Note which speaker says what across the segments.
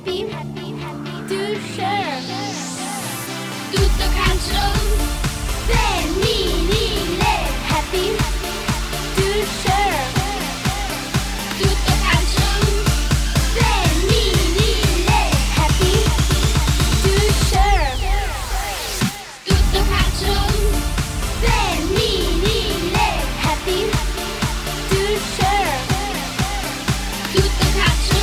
Speaker 1: happy to share. Tutto calcio femminile, happy to share. Tutto calcio femminile, happy to share. Tutto calcio femminile, happy to share. Tutto calcio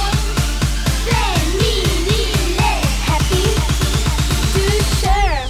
Speaker 1: femminile, happy to share.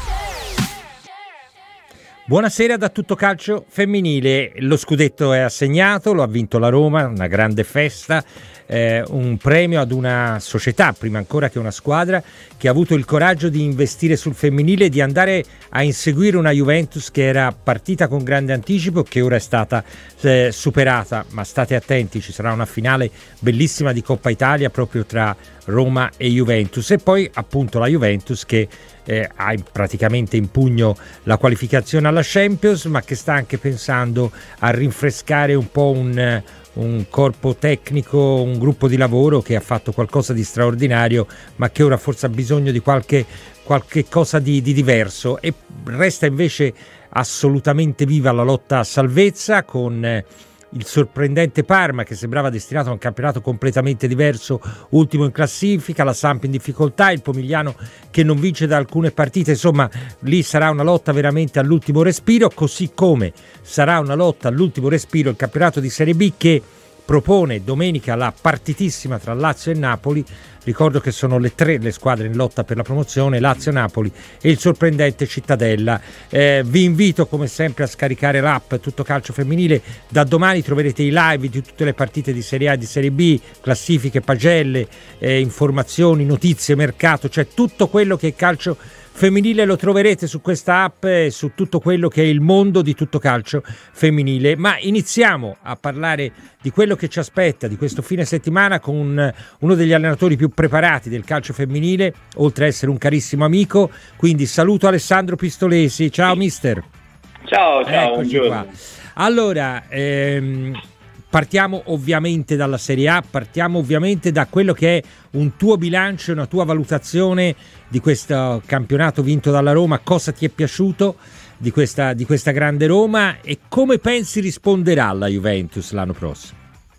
Speaker 2: Buonasera da Tutto Calcio Femminile. Lo scudetto è assegnato, lo ha vinto la Roma, una grande festa, un premio ad una società, prima ancora che una squadra, che ha avuto il coraggio di investire sul femminile e di andare a inseguire una Juventus che era partita con grande anticipo, che ora è stata superata. Ma state attenti, ci sarà una finale bellissima di Coppa Italia proprio tra Roma e Juventus, e poi appunto la Juventus che ha praticamente in pugno la qualificazione alla Champions, ma che sta anche pensando a rinfrescare un po' un corpo tecnico, un gruppo di lavoro che ha fatto qualcosa di straordinario, ma che ora forse ha bisogno di qualche cosa di diverso. E resta invece assolutamente viva la lotta a salvezza, con il sorprendente Parma che sembrava destinato a un campionato completamente diverso, ultimo in classifica, la Samp in difficoltà, il Pomigliano che non vince da alcune partite. Insomma, lì sarà una lotta veramente all'ultimo respiro, così come sarà una lotta all'ultimo respiro il campionato di Serie B, che propone domenica la partitissima tra Lazio e Napoli. Ricordo che sono le tre le squadre in lotta per la promozione, Lazio, Napoli e il sorprendente Cittadella. Vi invito come sempre a scaricare l'app Tutto Calcio Femminile. Da domani troverete i live di tutte le partite di Serie A e di Serie B, classifiche, pagelle, informazioni, notizie, mercato, cioè tutto quello che è calcio femminile lo troverete su questa app e su tutto quello che è il mondo di Tutto Calcio Femminile. Ma iniziamo a parlare di quello che ci aspetta di questo fine settimana con uno degli allenatori più preparati del calcio femminile, oltre a essere un carissimo amico. Quindi saluto Alessandro Pistolesi. Ciao mister.
Speaker 3: Ciao,
Speaker 2: Eccoci qua. Allora, partiamo ovviamente dalla Serie A, partiamo ovviamente da quello che è un tuo bilancio, una tua valutazione di questo campionato vinto dalla Roma. Cosa ti è piaciuto di questa grande Roma e come pensi risponderà la Juventus l'anno prossimo?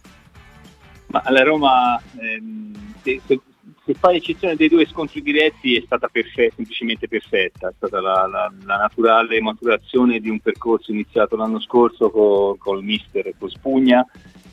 Speaker 3: Ma la Roma, se fai eccezione dei due scontri diretti, è stata semplicemente perfetta. È stata la naturale maturazione di un percorso iniziato l'anno scorso col mister e con Spugna.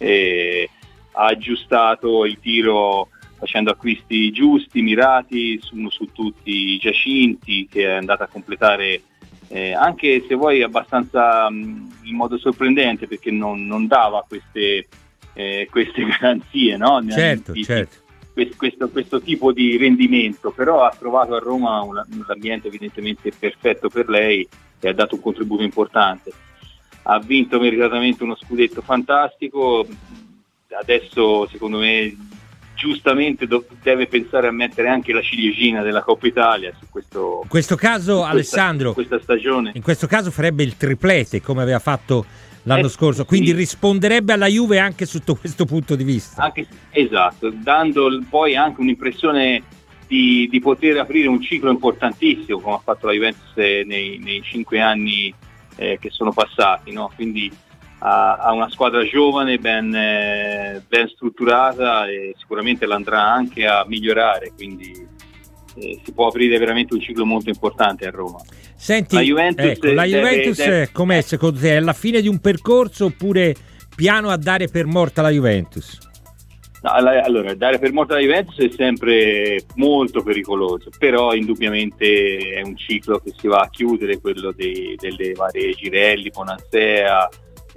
Speaker 3: Ha aggiustato il tiro facendo acquisti giusti, mirati su tutti i giacinti, che è andata a completare anche se vuoi abbastanza in modo sorprendente, perché non dava queste garanzie, no?
Speaker 2: Certo.
Speaker 3: Questo tipo di rendimento, però ha trovato a Roma un ambiente evidentemente perfetto per lei e ha dato un contributo importante. Ha vinto meritatamente uno scudetto fantastico. Adesso secondo me giustamente deve pensare a mettere anche la ciliegina della Coppa Italia su questo.
Speaker 2: In questo caso, Alessandro,
Speaker 3: questa stagione.
Speaker 2: In questo caso farebbe il triplete come aveva fatto l'anno scorso, quindi
Speaker 3: sì,
Speaker 2: risponderebbe alla Juve anche sotto questo punto di vista.
Speaker 3: Esatto, dando poi anche un'impressione di poter aprire un ciclo importantissimo, come ha fatto la Juventus nei 5 anni che sono passati, no? Quindi ha una squadra giovane, ben strutturata, e sicuramente l'andrà anche a migliorare, quindi si può aprire veramente un ciclo molto importante a Roma.
Speaker 2: Senti, la Juventus com'è secondo te? È alla fine di un percorso oppure piano a dare per morta la Juventus?
Speaker 3: No, allora, dare per morta la Juventus è sempre molto pericoloso, però indubbiamente è un ciclo che si va a chiudere, quello delle varie Girelli, Bonansea,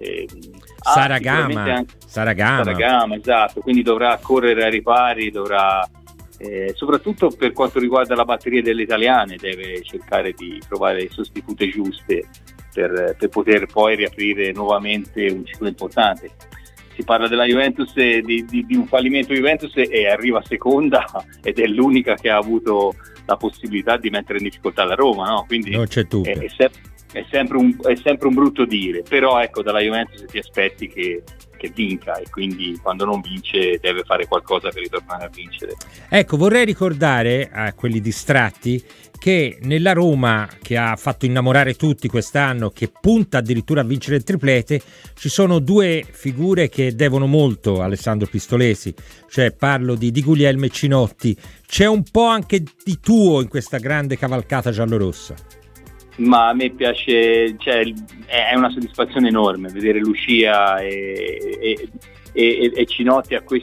Speaker 2: Saragama,
Speaker 3: esatto, quindi dovrà correre ai ripari, soprattutto per quanto riguarda la batteria delle italiane, deve cercare di trovare sostitute giuste per poter poi riaprire nuovamente un ciclo importante. Si parla della Juventus, di un fallimento Juventus, e arriva seconda ed è l'unica che ha avuto la possibilità di mettere in difficoltà la Roma, no? Quindi
Speaker 2: non c'è dubbio.
Speaker 3: È sempre un brutto dire, però ecco, dalla Juventus ti aspetti che che vinca, e quindi quando non vince deve fare qualcosa per ritornare a vincere.
Speaker 2: Ecco, vorrei ricordare a quelli distratti che nella Roma, che ha fatto innamorare tutti quest'anno, che punta addirittura a vincere il triplete, ci sono due figure che devono molto a Alessandro Pistolesi, cioè parlo di Guglielmo e Cinotti. C'è un po' anche di tuo in questa grande cavalcata giallorossa.
Speaker 3: Ma a me piace, cioè, è una soddisfazione enorme vedere Lucia e Cinotti a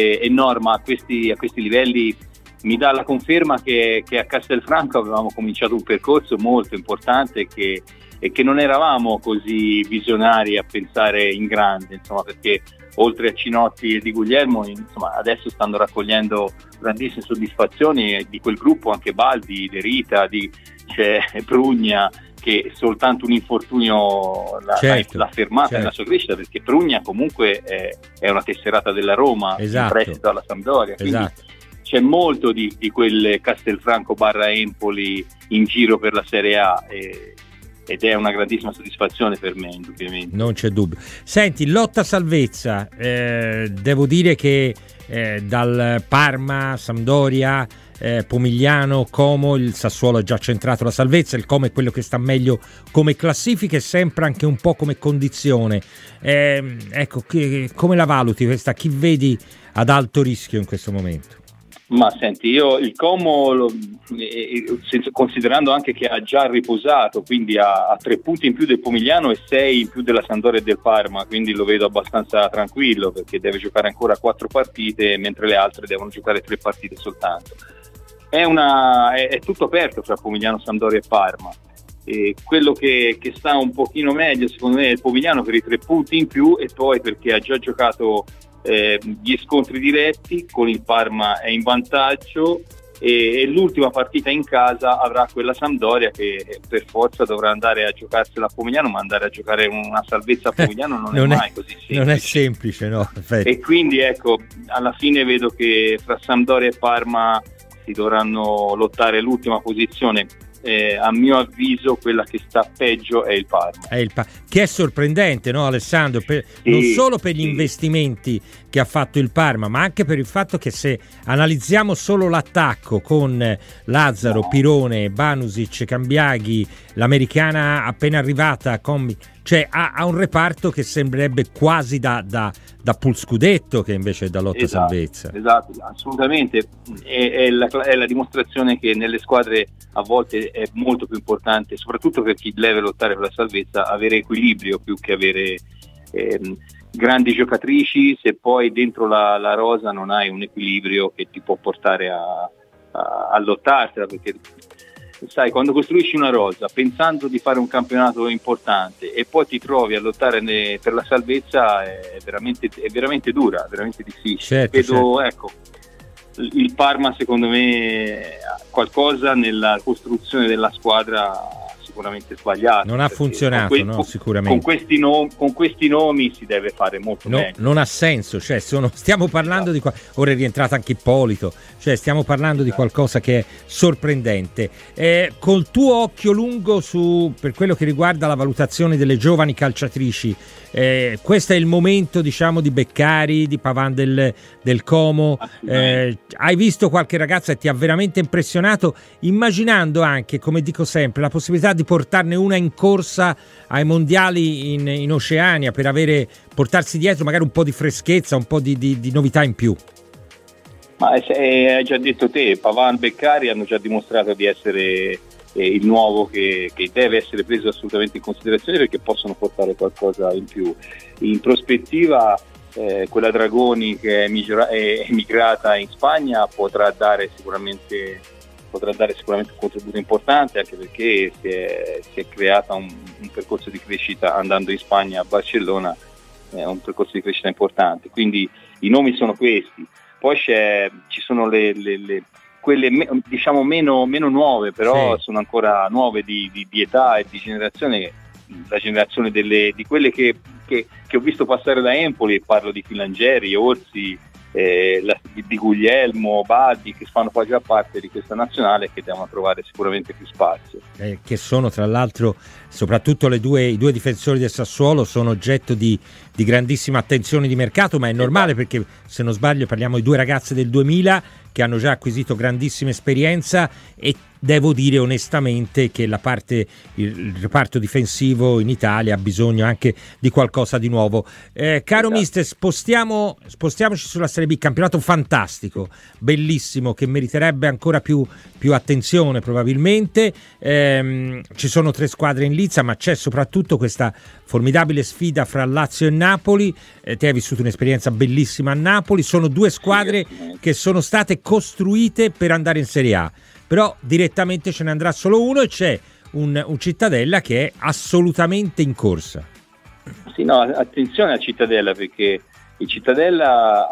Speaker 3: questi livelli. Mi dà la conferma che a Castelfranco avevamo cominciato un percorso molto importante e che non eravamo così visionari a pensare in grande, insomma, perché oltre a Cinotti e Di Guglielmo, insomma, adesso stanno raccogliendo grandissime soddisfazioni, e di quel gruppo anche Baldi, De Rita, c'è Prugna, che soltanto un infortunio l'ha fermata nella sua crescita, perché Prugna comunque è una tesserata della Roma, in prestito alla Sampdoria, quindi c'è molto di quel Castelfranco / Empoli in giro per la Serie A, ed è una grandissima soddisfazione per me, indubbiamente.
Speaker 2: Non c'è dubbio. Senti, lotta salvezza, devo dire che dal Parma, Sampdoria, Pomigliano, Como, il Sassuolo ha già centrato la salvezza, il Como è quello che sta meglio come classifica e sempre anche un po' come condizione. Ecco, come la valuti questa? Chi vedi ad alto rischio in questo momento?
Speaker 3: Ma senti, io il Como, considerando anche che ha già riposato, quindi ha 3 punti in più del Pomigliano e 6 in più della Sampdoria e del Parma, quindi lo vedo abbastanza tranquillo, perché deve giocare ancora 4 partite, mentre le altre devono giocare 3 partite soltanto. È tutto aperto fra Pomigliano, Sampdoria e Parma. E quello che sta un pochino meglio secondo me è il Pomigliano per i 3 punti in più, e poi perché ha già giocato gli scontri diretti, con il Parma è in vantaggio, e l'ultima partita in casa avrà quella Sampdoria che per forza dovrà andare a giocarsela a Pomigliano, ma andare a giocare una salvezza a Pomigliano non è mai così semplice. Non è
Speaker 2: semplice, no?
Speaker 3: E quindi ecco, alla fine vedo che fra Sampdoria e Parma si dovranno lottare l'ultima posizione. A mio avviso quella che sta peggio è il Parma.
Speaker 2: Che è sorprendente, no, Alessandro? Non solo per gli investimenti che ha fatto il Parma, ma anche per il fatto che, se analizziamo solo l'attacco con Lazzaro, Pirone, Banusic, Cambiaghi, l'americana appena arrivata, cioè ha un reparto che sembrerebbe quasi da pool scudetto, che invece è da lotta salvezza.
Speaker 3: Esatto, assolutamente. È la dimostrazione che nelle squadre a volte è molto più importante, soprattutto per chi deve lottare per la salvezza, avere equilibrio più che avere grandi giocatrici, se poi dentro la rosa non hai un equilibrio che ti può portare a lottarsela, perché sai, quando costruisci una rosa pensando di fare un campionato importante e poi ti trovi a lottare per la salvezza, è veramente dura, veramente difficile. Vedo, ecco, il Parma secondo me qualcosa nella costruzione della squadra sicuramente sbagliato.
Speaker 2: Non ha funzionato, sicuramente.
Speaker 3: Con questi nomi si deve fare molto meglio.
Speaker 2: Non ha senso, cioè stiamo parlando di ora è rientrato anche Ippolito, cioè stiamo parlando di qualcosa che è sorprendente. Col tuo occhio lungo per quello che riguarda la valutazione delle giovani calciatrici, questo è il momento, diciamo, di Beccari, di Pavan del Como. Hai visto qualche ragazza e ti ha veramente impressionato, immaginando anche, come dico sempre, la possibilità di portarne una in corsa ai mondiali in Oceania, per portarsi dietro magari un po' di freschezza, un po' di novità in più?
Speaker 3: Ma hai già detto te, Pavan, Beccari hanno già dimostrato di essere il nuovo che deve essere preso assolutamente in considerazione, perché possono portare qualcosa in più. In prospettiva quella Dragoni, che è emigrata in Spagna, potrà dare sicuramente un contributo importante, anche perché si è creata un percorso di crescita andando in Spagna, a Barcellona, un percorso di crescita importante. Quindi i nomi sono questi. Poi ci sono quelle diciamo meno nuove, però sono ancora nuove di età e di generazione, la generazione di quelle che ho visto passare da Empoli, e parlo di Filangeri, Orsi, di Guglielmo, Baldi, che fanno poi già parte di questa nazionale, che devono trovare sicuramente più spazio.
Speaker 2: Che sono tra l'altro, soprattutto i due difensori del Sassuolo, sono oggetto di grandissima attenzione di mercato, ma è normale perché, se non sbaglio, parliamo di due ragazze del 2000 che hanno già acquisito grandissima esperienza, e devo dire onestamente che il reparto difensivo in Italia ha bisogno anche di qualcosa di nuovo. Caro mister, spostiamoci sulla Serie B, campionato fantastico, bellissimo, che meriterebbe ancora più attenzione probabilmente. Ci sono 3 squadre in lizza, ma c'è soprattutto questa formidabile sfida fra Lazio e Napoli. Te hai vissuto un'esperienza bellissima a Napoli, sono 2 squadre che sono state costruite per andare in Serie A, però direttamente ce ne andrà solo uno, e c'è un Cittadella che è assolutamente in corsa.
Speaker 3: Sì, no, attenzione a Cittadella, perché il Cittadella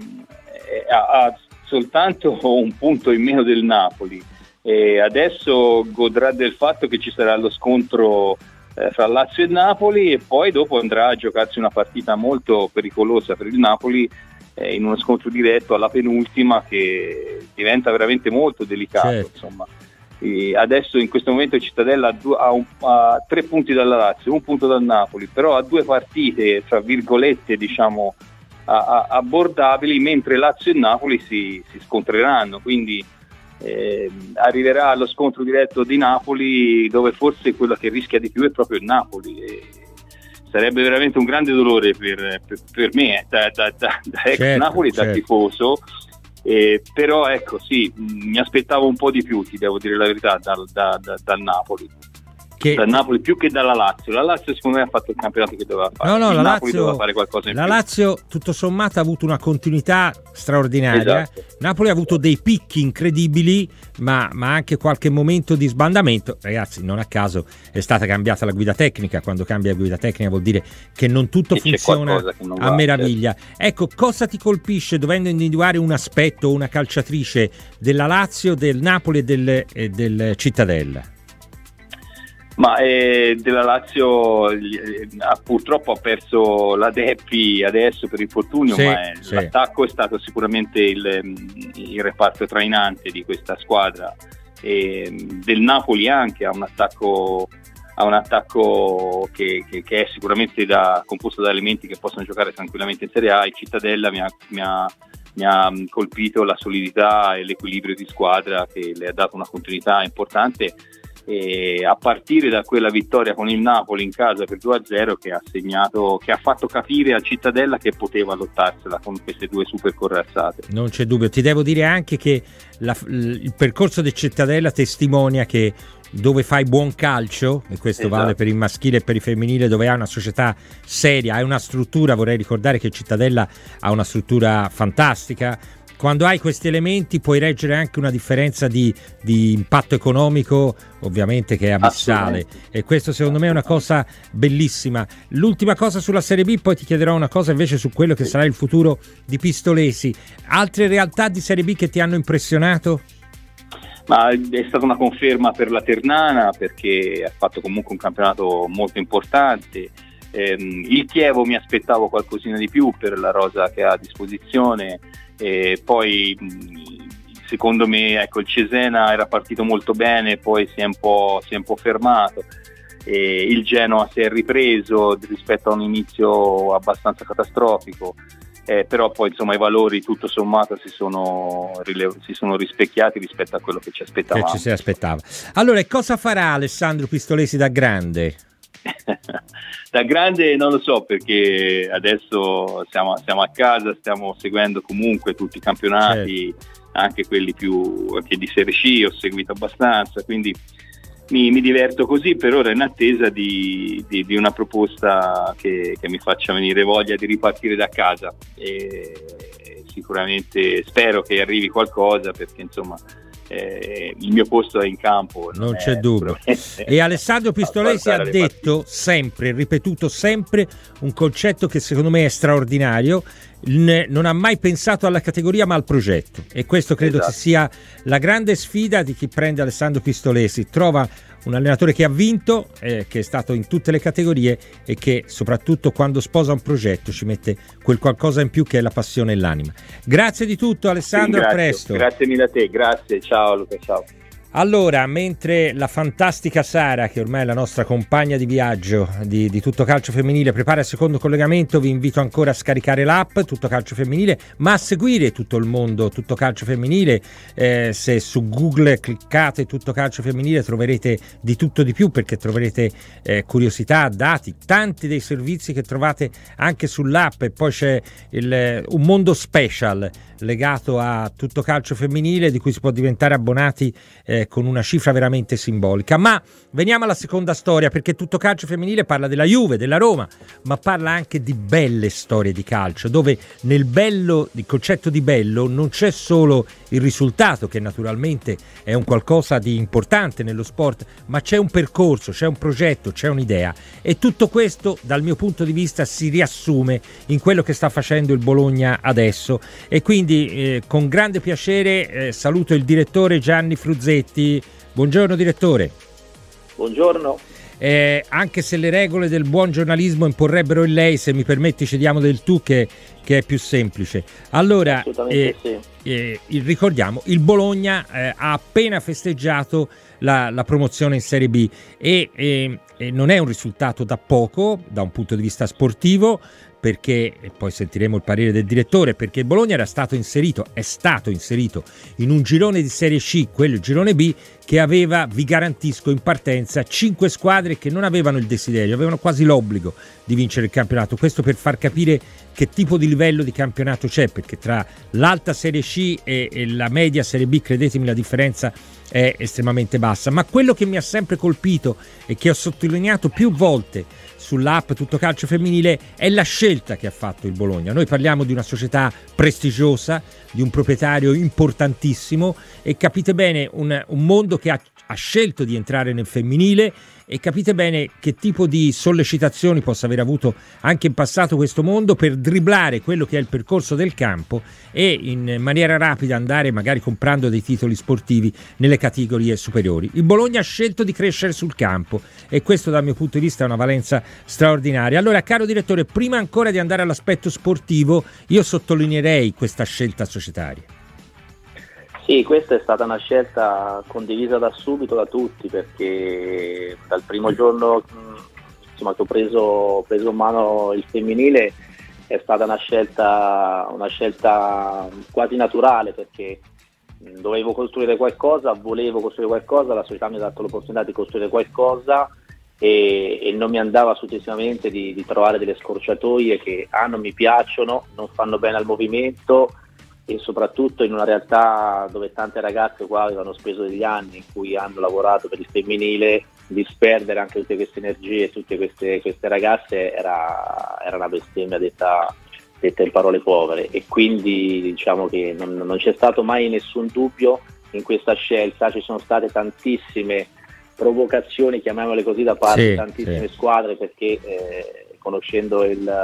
Speaker 3: ha soltanto un punto in meno del Napoli, e adesso godrà del fatto che ci sarà lo scontro fra Lazio e Napoli, e poi dopo andrà a giocarsi una partita molto pericolosa per il Napoli, in uno scontro diretto alla penultima, che diventa veramente molto delicato. Certo. Insomma. E adesso in questo momento il Cittadella ha 3 punti dalla Lazio, 1 punto dal Napoli, però ha 2 partite tra virgolette diciamo abbordabili, mentre Lazio e Napoli si scontreranno, quindi arriverà allo scontro diretto di Napoli, dove forse quello che rischia di più è proprio il Napoli, e sarebbe veramente un grande dolore per me da ex
Speaker 2: certo,
Speaker 3: Napoli, da tifoso, però ecco sì, mi aspettavo un po' di più, ti devo dire la verità, dal Napoli. Dal Napoli più che dalla Lazio. La Lazio secondo me ha fatto il campionato che doveva fare.
Speaker 2: La
Speaker 3: Napoli doveva fare qualcosa in più.
Speaker 2: La Lazio tutto sommato ha avuto una continuità straordinaria. Esatto. Napoli ha avuto dei picchi incredibili, ma anche qualche momento di sbandamento. Ragazzi, non a caso è stata cambiata la guida tecnica. Quando cambia la guida tecnica vuol dire che non tutto funziona a meraviglia. Certo. Ecco, cosa ti colpisce dovendo individuare un aspetto, una calciatrice della Lazio, del Napoli e del Cittadella?
Speaker 3: Ma della Lazio purtroppo ha perso la Deppi adesso per infortunio, sì, ma sì. L'attacco è stato sicuramente il reparto trainante di questa squadra, e del Napoli anche ha un attacco che è sicuramente composto da elementi che possono giocare tranquillamente in Serie A. Il Cittadella mi ha colpito la solidità e l'equilibrio di squadra, che le ha dato una continuità importante, e a partire da quella vittoria con il Napoli in casa per 2-0 che ha fatto capire al Cittadella che poteva lottarsela con queste 2 super corazzate. Non
Speaker 2: c'è dubbio. Ti devo dire anche che il percorso del Cittadella testimonia che dove fai buon calcio, e questo esatto, vale per il maschile e per il femminile, dove hai una società seria, hai una struttura, vorrei ricordare che il Cittadella ha una struttura fantastica. Quando hai questi elementi puoi reggere anche una differenza di impatto economico, ovviamente, che è abissale, e questo secondo me è una cosa bellissima. L'ultima cosa sulla Serie B, poi ti chiederò una cosa invece su quello che sarà il futuro di Pistolesi. Altre realtà di Serie B che ti hanno impressionato?
Speaker 3: Ma è stata una conferma per la Ternana, perché ha fatto comunque un campionato molto importante. Il Chievo mi aspettavo qualcosina di più per la rosa che ha a disposizione. Poi secondo me il Cesena era partito molto bene, poi si è un po' fermato, il Genoa si è ripreso rispetto a un inizio abbastanza catastrofico, però poi insomma i valori tutto sommato si sono rispecchiati rispetto a quello che ci aspettavamo.
Speaker 2: Che ci si aspettava. Allora, cosa farà Alessandro Pistolesi da grande?
Speaker 3: Da grande non lo so, perché adesso siamo a casa, stiamo seguendo comunque tutti i campionati, certo, anche quelli più che di Serie C ho seguito abbastanza, quindi mi diverto così per ora, in attesa di una proposta che mi faccia venire voglia di ripartire da casa, e sicuramente spero che arrivi qualcosa, perché insomma il mio posto è in campo,
Speaker 2: non c'è dubbio. E Alessandro Pistolesi ha detto sempre, ripetuto sempre, un concetto che secondo me è straordinario: non ha mai pensato alla categoria ma al progetto, e questo credo, esatto, sia la grande sfida di chi prende Alessandro Pistolesi. Trova un allenatore che ha vinto, che è stato in tutte le categorie e che soprattutto quando sposa un progetto ci mette quel qualcosa in più che è la passione e l'anima. Grazie di tutto Alessandro, a presto.
Speaker 3: Grazie mille a te, grazie, ciao Luca, ciao.
Speaker 2: Allora, mentre la fantastica Sara, che ormai è la nostra compagna di viaggio di Tutto Calcio Femminile, prepara il secondo collegamento, vi invito ancora a scaricare l'app Tutto Calcio Femminile, ma a seguire tutto il mondo Tutto Calcio Femminile. Se su Google cliccate Tutto Calcio Femminile troverete di tutto di più, perché troverete curiosità, dati, tanti dei servizi che trovate anche sull'app, e poi c'è un mondo special legato a Tutto Calcio Femminile di cui si può diventare abbonati con una cifra veramente simbolica. Ma veniamo alla seconda storia, perché Tutto Calcio Femminile parla della Juve, della Roma, ma parla anche di belle storie di calcio, dove nel concetto di bello non c'è solo il risultato, che naturalmente è un qualcosa di importante nello sport, ma c'è un percorso, c'è un progetto, c'è un'idea, e tutto questo dal mio punto di vista si riassume in quello che sta facendo il Bologna adesso. E quindi con grande piacere saluto il direttore Gianni Fruzetti. Buongiorno direttore.
Speaker 4: Buongiorno.
Speaker 2: Anche se le regole del buon giornalismo imporrebbero il lei, se mi permetti cediamo del tu, che è più semplice. Allora, ricordiamo, il Bologna ha appena festeggiato la promozione in Serie B e non è un risultato da poco da un punto di vista sportivo, perché, e poi sentiremo il parere del direttore, perché il Bologna è stato inserito in un girone di Serie C, quello il girone B, che aveva, vi garantisco, in partenza 5 squadre che non avevano il desiderio, avevano quasi l'obbligo di vincere il campionato. Questo per far capire che tipo di livello di campionato c'è, perché tra l'alta Serie C e la media Serie B, credetemi, la differenza è estremamente bassa. Ma quello che mi ha sempre colpito e che ho sottolineato più volte sull'app Tutto Calcio Femminile è la scelta che ha fatto il Bologna. Noi parliamo di una società prestigiosa, di un proprietario importantissimo, e capite bene un mondo che ha scelto di entrare nel femminile, e capite bene che tipo di sollecitazioni possa aver avuto anche in passato questo mondo per dribblare quello che è il percorso del campo e in maniera rapida andare magari comprando dei titoli sportivi nelle categorie superiori. Il Bologna ha scelto di crescere sul campo, e questo dal mio punto di vista è una valenza straordinaria. Allora, caro direttore, prima ancora di andare all'aspetto sportivo, io sottolineerei questa scelta societaria.
Speaker 4: Sì, questa è stata una scelta condivisa da subito da tutti, perché dal primo giorno che ho preso in mano il femminile è stata una scelta quasi naturale, perché dovevo costruire qualcosa, volevo costruire qualcosa, la società mi ha dato l'opportunità di costruire qualcosa, e non mi andava successivamente di trovare delle scorciatoie che non mi piacciono, non fanno bene al movimento, e soprattutto in una realtà dove tante ragazze qua avevano speso degli anni in cui hanno lavorato per il femminile, disperdere anche tutte queste energie, tutte queste ragazze era una bestemmia detta in parole povere. E quindi diciamo che non c'è stato mai nessun dubbio in questa scelta. Ci sono state tantissime provocazioni, chiamiamole così, da parte di tantissime squadre, perché conoscendo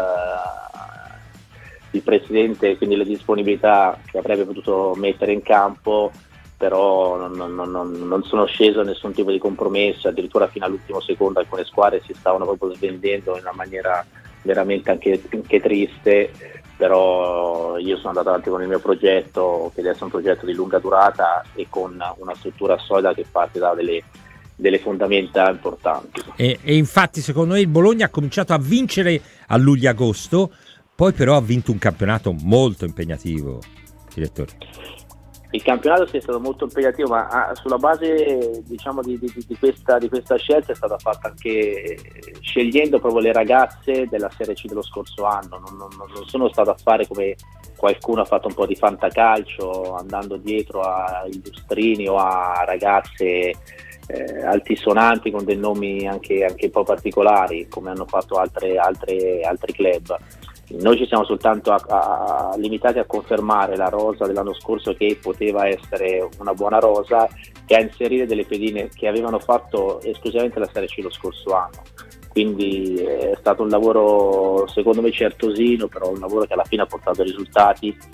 Speaker 4: il presidente, quindi le disponibilità che avrebbe potuto mettere in campo, però non sono sceso a nessun tipo di compromesso. Addirittura fino all'ultimo secondo alcune squadre si stavano proprio svendendo in una maniera veramente anche triste, però io sono andato avanti con il mio progetto, che adesso è un progetto di lunga durata e con una struttura solida che parte da delle fondamenta importanti.
Speaker 2: E infatti secondo me il Bologna ha cominciato a vincere a luglio-agosto, poi però ha vinto un campionato molto impegnativo, direttore.
Speaker 4: Il campionato è stato molto impegnativo, ma sulla base, diciamo, di questa scelta è stata fatta anche scegliendo proprio le ragazze della Serie C dello scorso anno. Non sono stato a fare come qualcuno ha fatto un po' di fantacalcio, andando dietro a illustrini o a ragazze altisonanti con dei nomi anche un po' particolari, come hanno fatto altri club. Noi ci siamo soltanto limitati a confermare la rosa dell'anno scorso, che poteva essere una buona rosa, e a inserire delle pedine che avevano fatto esclusivamente la Serie C lo scorso anno. Quindi è stato un lavoro secondo me certosino, però un lavoro che alla fine ha portato risultati,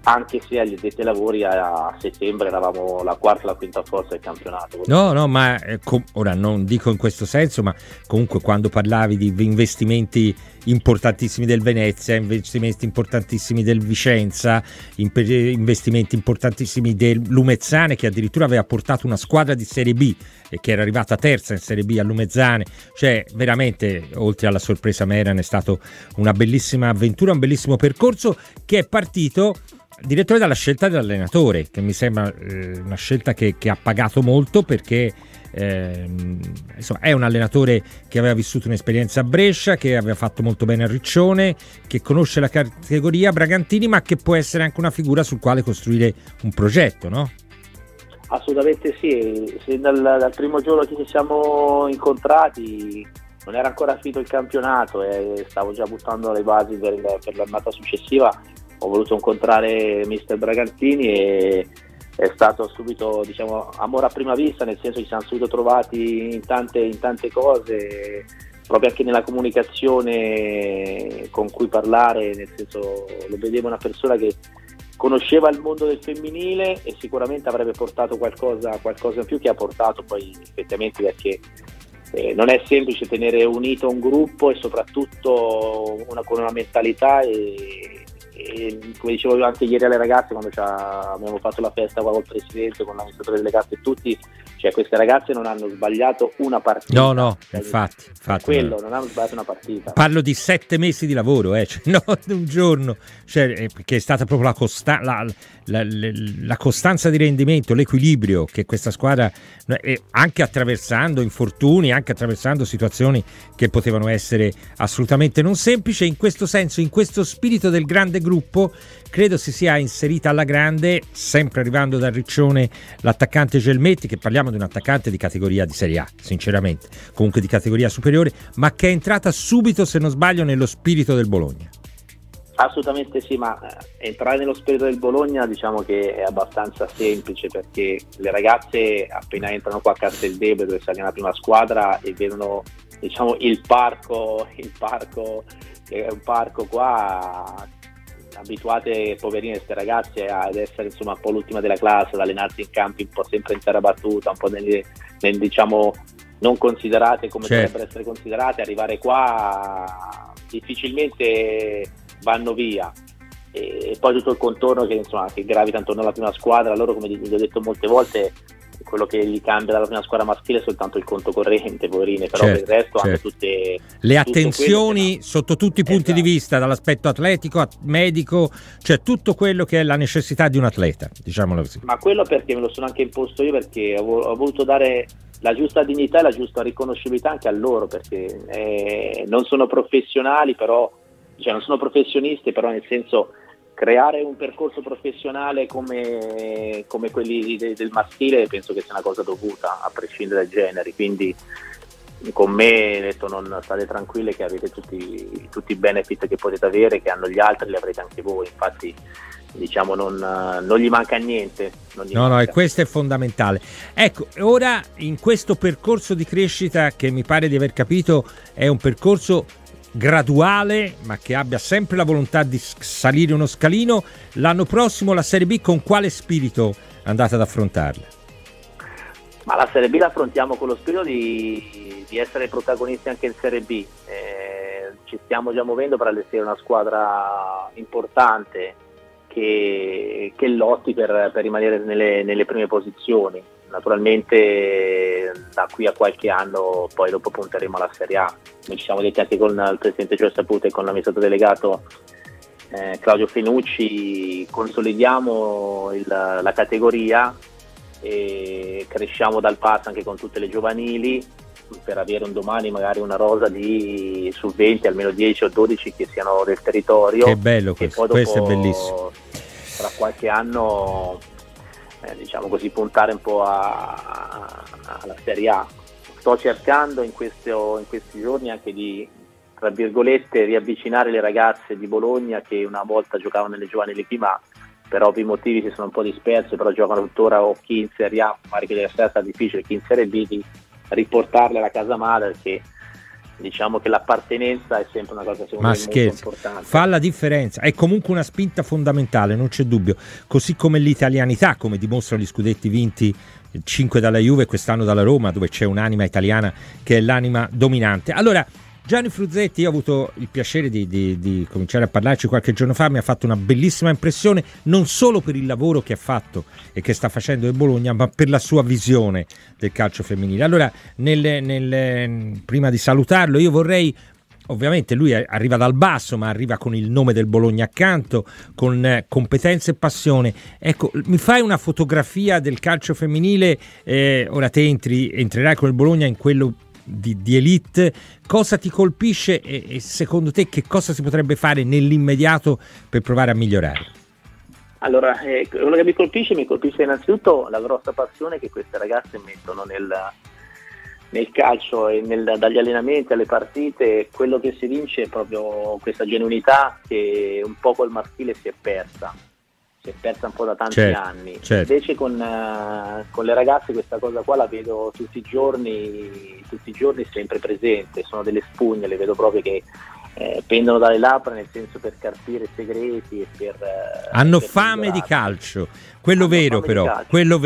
Speaker 4: anche se agli addetti ai lavori a settembre eravamo la quarta o la quinta forza del campionato.
Speaker 2: No, ma ora non dico in questo senso, ma comunque quando parlavi di investimenti importantissimi del Venezia, investimenti importantissimi del Vicenza, investimenti importantissimi del Lumezzane, che addirittura aveva portato una squadra di Serie B e che era arrivata terza in Serie B a Lumezzane, cioè veramente oltre alla sorpresa Meran è stato una bellissima avventura, un bellissimo percorso che è partito direttore dalla scelta dell'allenatore, che mi sembra una scelta che ha pagato molto, perché insomma, è un allenatore che aveva vissuto un'esperienza a Brescia, che aveva fatto molto bene a Riccione, che conosce la categoria Bragantini, ma che può essere anche una figura sul quale costruire un progetto, no?
Speaker 4: Assolutamente sì, se dal primo giorno che ci siamo incontrati non era ancora finito il campionato e stavo già buttando le basi per l'annata successiva, ho voluto incontrare mister Bragantini e è stato subito, diciamo, amore a prima vista, nel senso che ci siamo subito trovati in tante cose, proprio anche nella comunicazione con cui parlare, nel senso lo vedevo una persona che conosceva il mondo del femminile e sicuramente avrebbe portato qualcosa in più, che ha portato poi effettivamente, perché non è semplice tenere unito un gruppo e soprattutto con una mentalità e come dicevo anche ieri alle ragazze quando abbiamo fatto la festa qua col presidente, con l'amministratore delegato e tutti, cioè queste ragazze non hanno sbagliato una partita.
Speaker 2: No, infatti
Speaker 4: quello, non hanno sbagliato una partita.
Speaker 2: Parlo di 7 mesi di lavoro, cioè, no, un giorno, cioè, perché è stata proprio la costanza di rendimento, l'equilibrio che questa squadra, anche attraversando infortuni, anche attraversando situazioni che potevano essere assolutamente non semplici, in questo senso, in questo spirito del grande gruppo, credo si sia inserita alla grande, sempre arrivando da Riccione, l'attaccante Gelmetti, che parliamo di un attaccante di categoria di Serie A, sinceramente, comunque di categoria superiore, ma che è entrata subito, se non sbaglio, nello spirito del Bologna.
Speaker 4: Assolutamente sì, ma entrare nello spirito del Bologna diciamo che è abbastanza semplice, perché le ragazze appena entrano qua a Casteldebole, dove sale la prima squadra, e vedono, diciamo, il parco che è un parco qua, abituate poverine queste ragazze ad essere insomma un po' l'ultima della classe, ad allenarsi in campi un po' sempre in terra battuta, un po' diciamo non considerate come dovrebbero essere considerate, arrivare qua difficilmente vanno via, e poi tutto il contorno che gravita intorno alla prima squadra. Loro, come vi ho detto molte volte, quello che gli cambia dalla prima squadra maschile è soltanto il conto corrente, poverine, però per il resto hanno tutte
Speaker 2: le attenzioni sotto tutti i punti di vista, dall'aspetto atletico, medico, cioè tutto quello che è la necessità di un atleta, diciamolo così.
Speaker 4: Ma quello perché me lo sono anche imposto io, perché ho voluto dare la giusta dignità e la giusta riconoscibilità anche a loro, perché non sono professionali, però non sono professionisti, però nel senso, creare un percorso professionale come quelli del maschile penso che sia una cosa dovuta, a prescindere dai generi. Quindi con me, detto, non state tranquille che avete tutti i benefit che potete avere, che hanno gli altri, li avrete anche voi. Infatti, diciamo, non gli manca niente.
Speaker 2: No, e questo è fondamentale. Ecco, ora in questo percorso di crescita, che mi pare di aver capito è un percorso graduale, ma che abbia sempre la volontà di salire uno scalino, l'anno prossimo la Serie B con quale spirito andate ad affrontarla?
Speaker 4: Ma la Serie B la affrontiamo con lo spirito di essere protagonisti anche in Serie B. Ci stiamo già muovendo per allestire una squadra importante che lotti per rimanere nelle prime posizioni. Naturalmente da qui a qualche anno poi dopo punteremo alla Serie A. Noi ci siamo detti anche con il presidente Gio Saputo e con l'amministratore delegato Claudio Fenucci, consolidiamo la categoria e cresciamo dal passo anche con tutte le giovanili, per avere un domani magari una rosa di su 20, almeno 10 o 12 che siano del territorio.
Speaker 2: Che bello questo,
Speaker 4: e poi dopo,
Speaker 2: questo è bellissimo.
Speaker 4: Tra qualche anno diciamo così, puntare un po' alla Serie A. Sto cercando in questi giorni anche di, tra virgolette, riavvicinare le ragazze di Bologna che una volta giocavano nelle giovanili B, ma per ovvi motivi si sono un po' disperse, però giocano tuttora o chi in Serie A, magari che deve essere difficile, chi in Serie B, di riportarle alla casa madre, che diciamo che l'appartenenza è sempre una cosa secondo me molto importante.
Speaker 2: Fa la differenza, è comunque una spinta fondamentale, non c'è dubbio, così come l'italianità, come dimostrano gli scudetti vinti, 5 dalla Juve e quest'anno dalla Roma, dove c'è un'anima italiana che è l'anima dominante. Allora, Gianni Fruzetti, io ho avuto il piacere di cominciare a parlarci qualche giorno fa, mi ha fatto una bellissima impressione, non solo per il lavoro che ha fatto e che sta facendo in Bologna, ma per la sua visione del calcio femminile. Allora, prima di salutarlo, io vorrei, ovviamente lui arriva dal basso, ma arriva con il nome del Bologna accanto, con competenze e passione. Ecco, mi fai una fotografia del calcio femminile, ora te entrerai con il Bologna in quello di elite, cosa ti colpisce e secondo te che cosa si potrebbe fare nell'immediato per provare a migliorare?
Speaker 4: Allora, quello che mi colpisce innanzitutto la grossa passione che queste ragazze mettono nel calcio e dagli allenamenti alle partite. Quello che si vince è proprio questa genuinità che un po' col maschile si è persa un po' da tanti anni.
Speaker 2: Certo.
Speaker 4: Invece con le ragazze questa cosa qua la vedo tutti i giorni sempre presente, sono delle spugne, le vedo proprio che pendono dalle labbra, nel senso per carpire segreti e
Speaker 2: hanno
Speaker 4: per
Speaker 2: fame di calcio, quello vero.
Speaker 4: Quello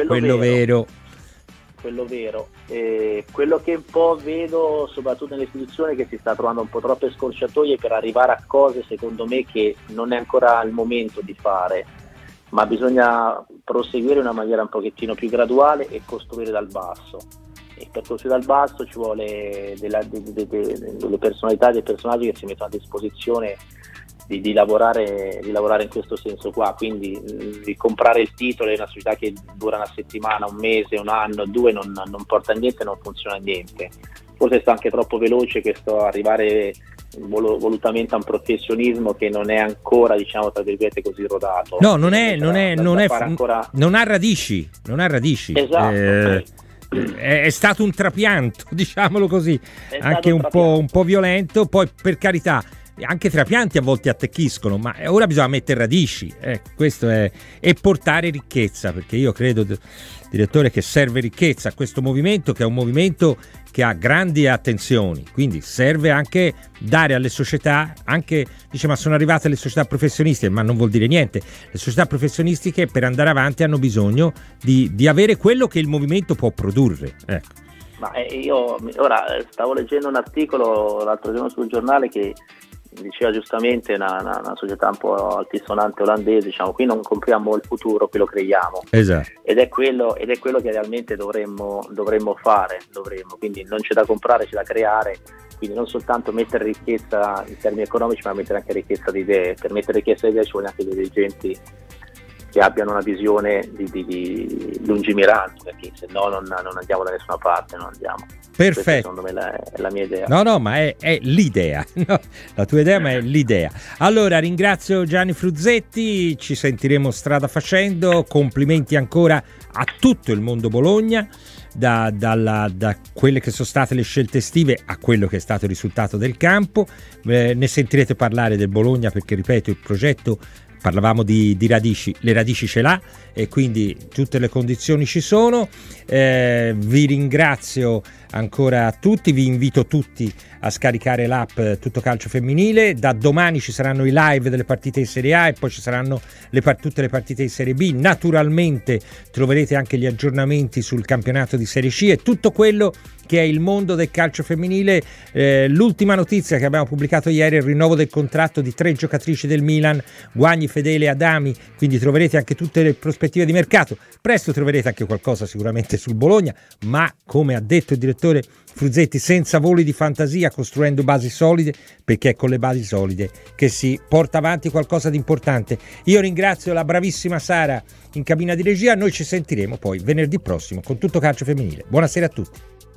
Speaker 4: che un po' vedo soprattutto nelle istituzioni è che si sta trovando un po' troppe scorciatoie per arrivare a cose secondo me che non è ancora il momento di fare, ma bisogna proseguire in una maniera un pochettino più graduale e costruire dal basso, e per costruire dal basso ci vuole delle personalità, dei personaggi che si mettono a disposizione di lavorare in questo senso qua, quindi di comprare il titolo è una società che dura una settimana, un mese, un anno, 2 non porta a niente, non funziona niente. Forse sta anche troppo veloce questo arrivare volutamente a un professionismo che non è ancora, diciamo tra virgolette, così rodato.
Speaker 2: No, non ha radici.
Speaker 4: Esatto.
Speaker 2: È stato un trapianto, diciamolo così, anche un po' violento, poi per carità anche trapianti a volte attecchiscono, ma ora bisogna mettere radici, questo è, e portare ricchezza, perché io credo, direttore, che serve ricchezza a questo movimento, che è un movimento che ha grandi attenzioni, quindi serve anche dare alle società, anche dice ma sono arrivate le società professionistiche, ma non vuol dire niente, le società professionistiche per andare avanti hanno bisogno di avere quello che il movimento può produrre, ecco.
Speaker 4: Ma io ora stavo leggendo un articolo l'altro giorno sul giornale che diceva giustamente una società un po' altisonante olandese, diciamo, qui non compriamo il futuro, qui lo creiamo.
Speaker 2: Esatto.
Speaker 4: Ed è quello che realmente dovremmo fare, quindi non c'è da comprare, c'è da creare, quindi non soltanto mettere ricchezza in termini economici, ma mettere anche ricchezza di idee. Per mettere ricchezza di idee ci vuole anche dei dirigenti che abbiano una visione di lungimiranza, perché se no non andiamo da nessuna parte, non andiamo.
Speaker 2: Perfetto.
Speaker 4: Questa, secondo me è la mia idea.
Speaker 2: No, ma è l'idea, no, la tua idea, ma è l'idea. Allora ringrazio Gianni Fruzetti, ci sentiremo strada facendo, complimenti ancora a tutto il mondo Bologna, da quelle che sono state le scelte estive a quello che è stato il risultato del campo, ne sentirete parlare del Bologna perché, ripeto, il progetto, parlavamo di radici, le radici ce l'ha e quindi tutte le condizioni ci sono. Vi ringrazio ancora a tutti, vi invito tutti a scaricare l'app Tutto Calcio Femminile. Da domani ci saranno i live delle partite in Serie A e poi ci saranno tutte le partite in Serie B. Naturalmente troverete anche gli aggiornamenti sul campionato di Serie C e tutto quello che è il mondo del calcio femminile. L'ultima notizia che abbiamo pubblicato ieri è il rinnovo del contratto di 3 giocatrici del Milan, Guagni, Fedele e Adami, quindi troverete anche tutte le prospettive di mercato. Presto troverete anche qualcosa sicuramente sul Bologna, ma come ha detto il direttore Fruzetti, senza voli di fantasia, costruendo basi solide, perché è con le basi solide che si porta avanti qualcosa di importante. Io ringrazio la bravissima Sara in cabina di regia, noi ci sentiremo poi venerdì prossimo con Tutto Calcio Femminile. Buonasera a tutti.